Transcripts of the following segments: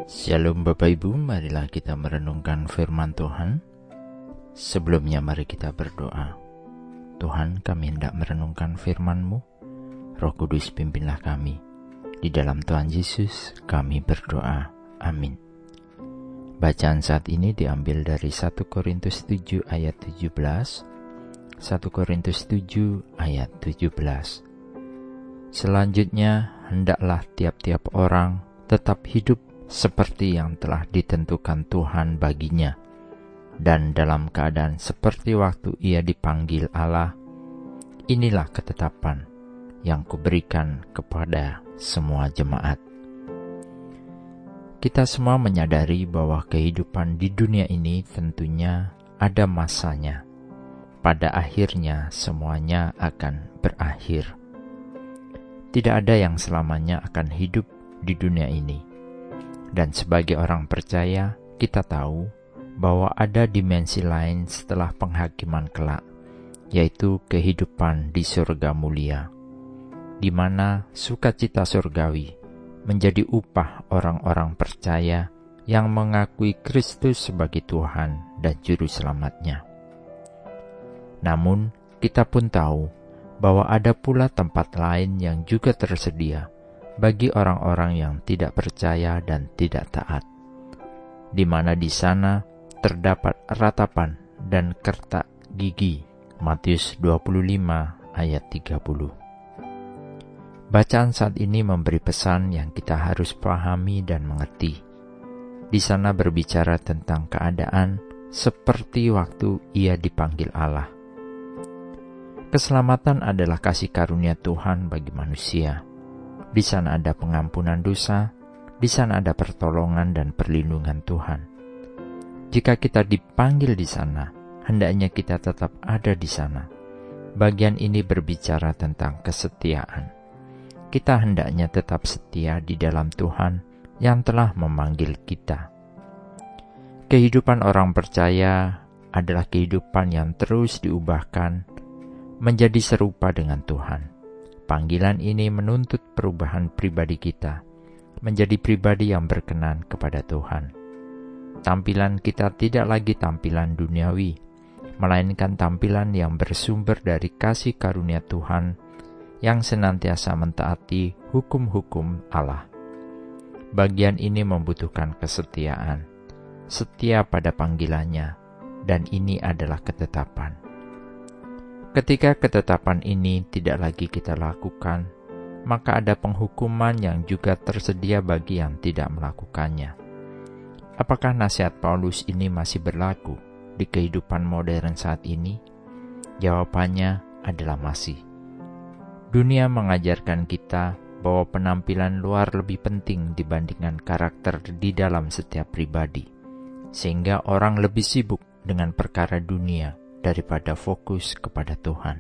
Shalom Bapak Ibu, marilah kita merenungkan firman Tuhan. Sebelumnya mari kita berdoa. Tuhan, kami hendak merenungkan firman-Mu. Roh Kudus pimpinlah kami. Di dalam Tuhan Yesus kami berdoa. Amin. Bacaan saat ini diambil dari 1 Korintus 7 ayat 17. 1 Korintus 7 ayat 17. Selanjutnya, hendaklah tiap-tiap orang tetap hidup seperti yang telah ditentukan Tuhan baginya, dan dalam keadaan seperti waktu ia dipanggil Allah. Inilah ketetapan yang kuberikan kepada semua jemaat. Kita semua menyadari bahwa kehidupan di dunia ini tentunya ada masanya. Pada akhirnya semuanya akan berakhir. Tidak ada yang selamanya akan hidup di dunia ini. Dan sebagai orang percaya, kita tahu bahwa ada dimensi lain setelah penghakiman kelak, yaitu kehidupan di surga mulia, di mana sukacita surgawi menjadi upah orang-orang percaya yang mengakui Kristus sebagai Tuhan dan Juru Selamatnya. Namun, kita pun tahu bahwa ada pula tempat lain yang juga tersedia bagi orang-orang yang tidak percaya dan tidak taat, di mana di sana terdapat ratapan dan kertak gigi. Matius 25 ayat 30. Bacaan saat ini memberi pesan yang kita harus pahami dan mengerti. Di sana berbicara tentang keadaan seperti waktu ia dipanggil Allah. Keselamatan adalah kasih karunia Tuhan bagi manusia. Di sana ada pengampunan dosa, di sana ada pertolongan dan perlindungan Tuhan. Jika kita dipanggil di sana, hendaknya kita tetap ada di sana. Bagian ini berbicara tentang kesetiaan. Kita hendaknya tetap setia di dalam Tuhan yang telah memanggil kita. Kehidupan orang percaya adalah kehidupan yang terus diubahkan menjadi serupa dengan Tuhan. Panggilan ini menuntut perubahan pribadi kita, menjadi pribadi yang berkenan kepada Tuhan. Tampilan kita tidak lagi tampilan duniawi, melainkan tampilan yang bersumber dari kasih karunia Tuhan yang senantiasa mentaati hukum-hukum Allah. Bagian ini membutuhkan kesetiaan, setia pada panggilannya, dan ini adalah ketetapan. Ketika ketetapan ini tidak lagi kita lakukan, maka ada penghukuman yang juga tersedia bagi yang tidak melakukannya. Apakah nasihat Paulus ini masih berlaku di kehidupan modern saat ini? Jawabannya adalah masih. Dunia mengajarkan kita bahwa penampilan luar lebih penting dibandingkan karakter di dalam setiap pribadi, sehingga orang lebih sibuk dengan perkara dunia daripada fokus kepada Tuhan.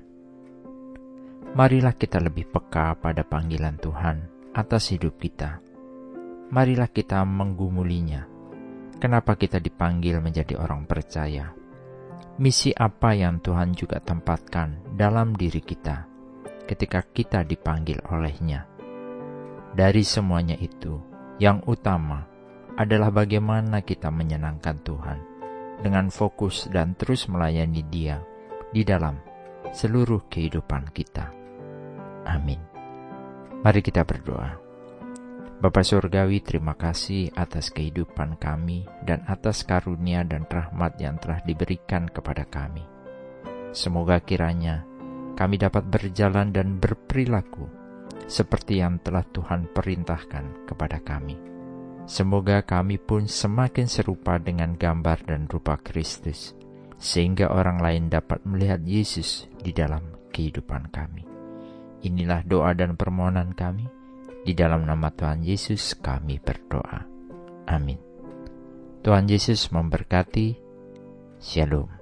Marilah kita lebih peka pada panggilan Tuhan atas hidup kita. Marilah kita menggumulinya. Kenapa kita dipanggil menjadi orang percaya? Misi apa yang Tuhan juga tempatkan dalam diri kita ketika kita dipanggil oleh-Nya? Dari semuanya itu, yang utama adalah bagaimana kita menyenangkan Tuhan dengan fokus dan terus melayani Dia di dalam seluruh kehidupan kita. Amin. Mari kita berdoa. Bapa Surgawi, terima kasih atas kehidupan kami dan atas karunia dan rahmat yang telah diberikan kepada kami. Semoga kiranya kami dapat berjalan dan berperilaku seperti yang telah Tuhan perintahkan kepada kami. Semoga kami pun semakin serupa dengan gambar dan rupa Kristus, sehingga orang lain dapat melihat Yesus di dalam kehidupan kami. Inilah doa dan permohonan kami. Di dalam nama Tuhan Yesus kami berdoa. Amin. Tuhan Yesus memberkati. Shalom.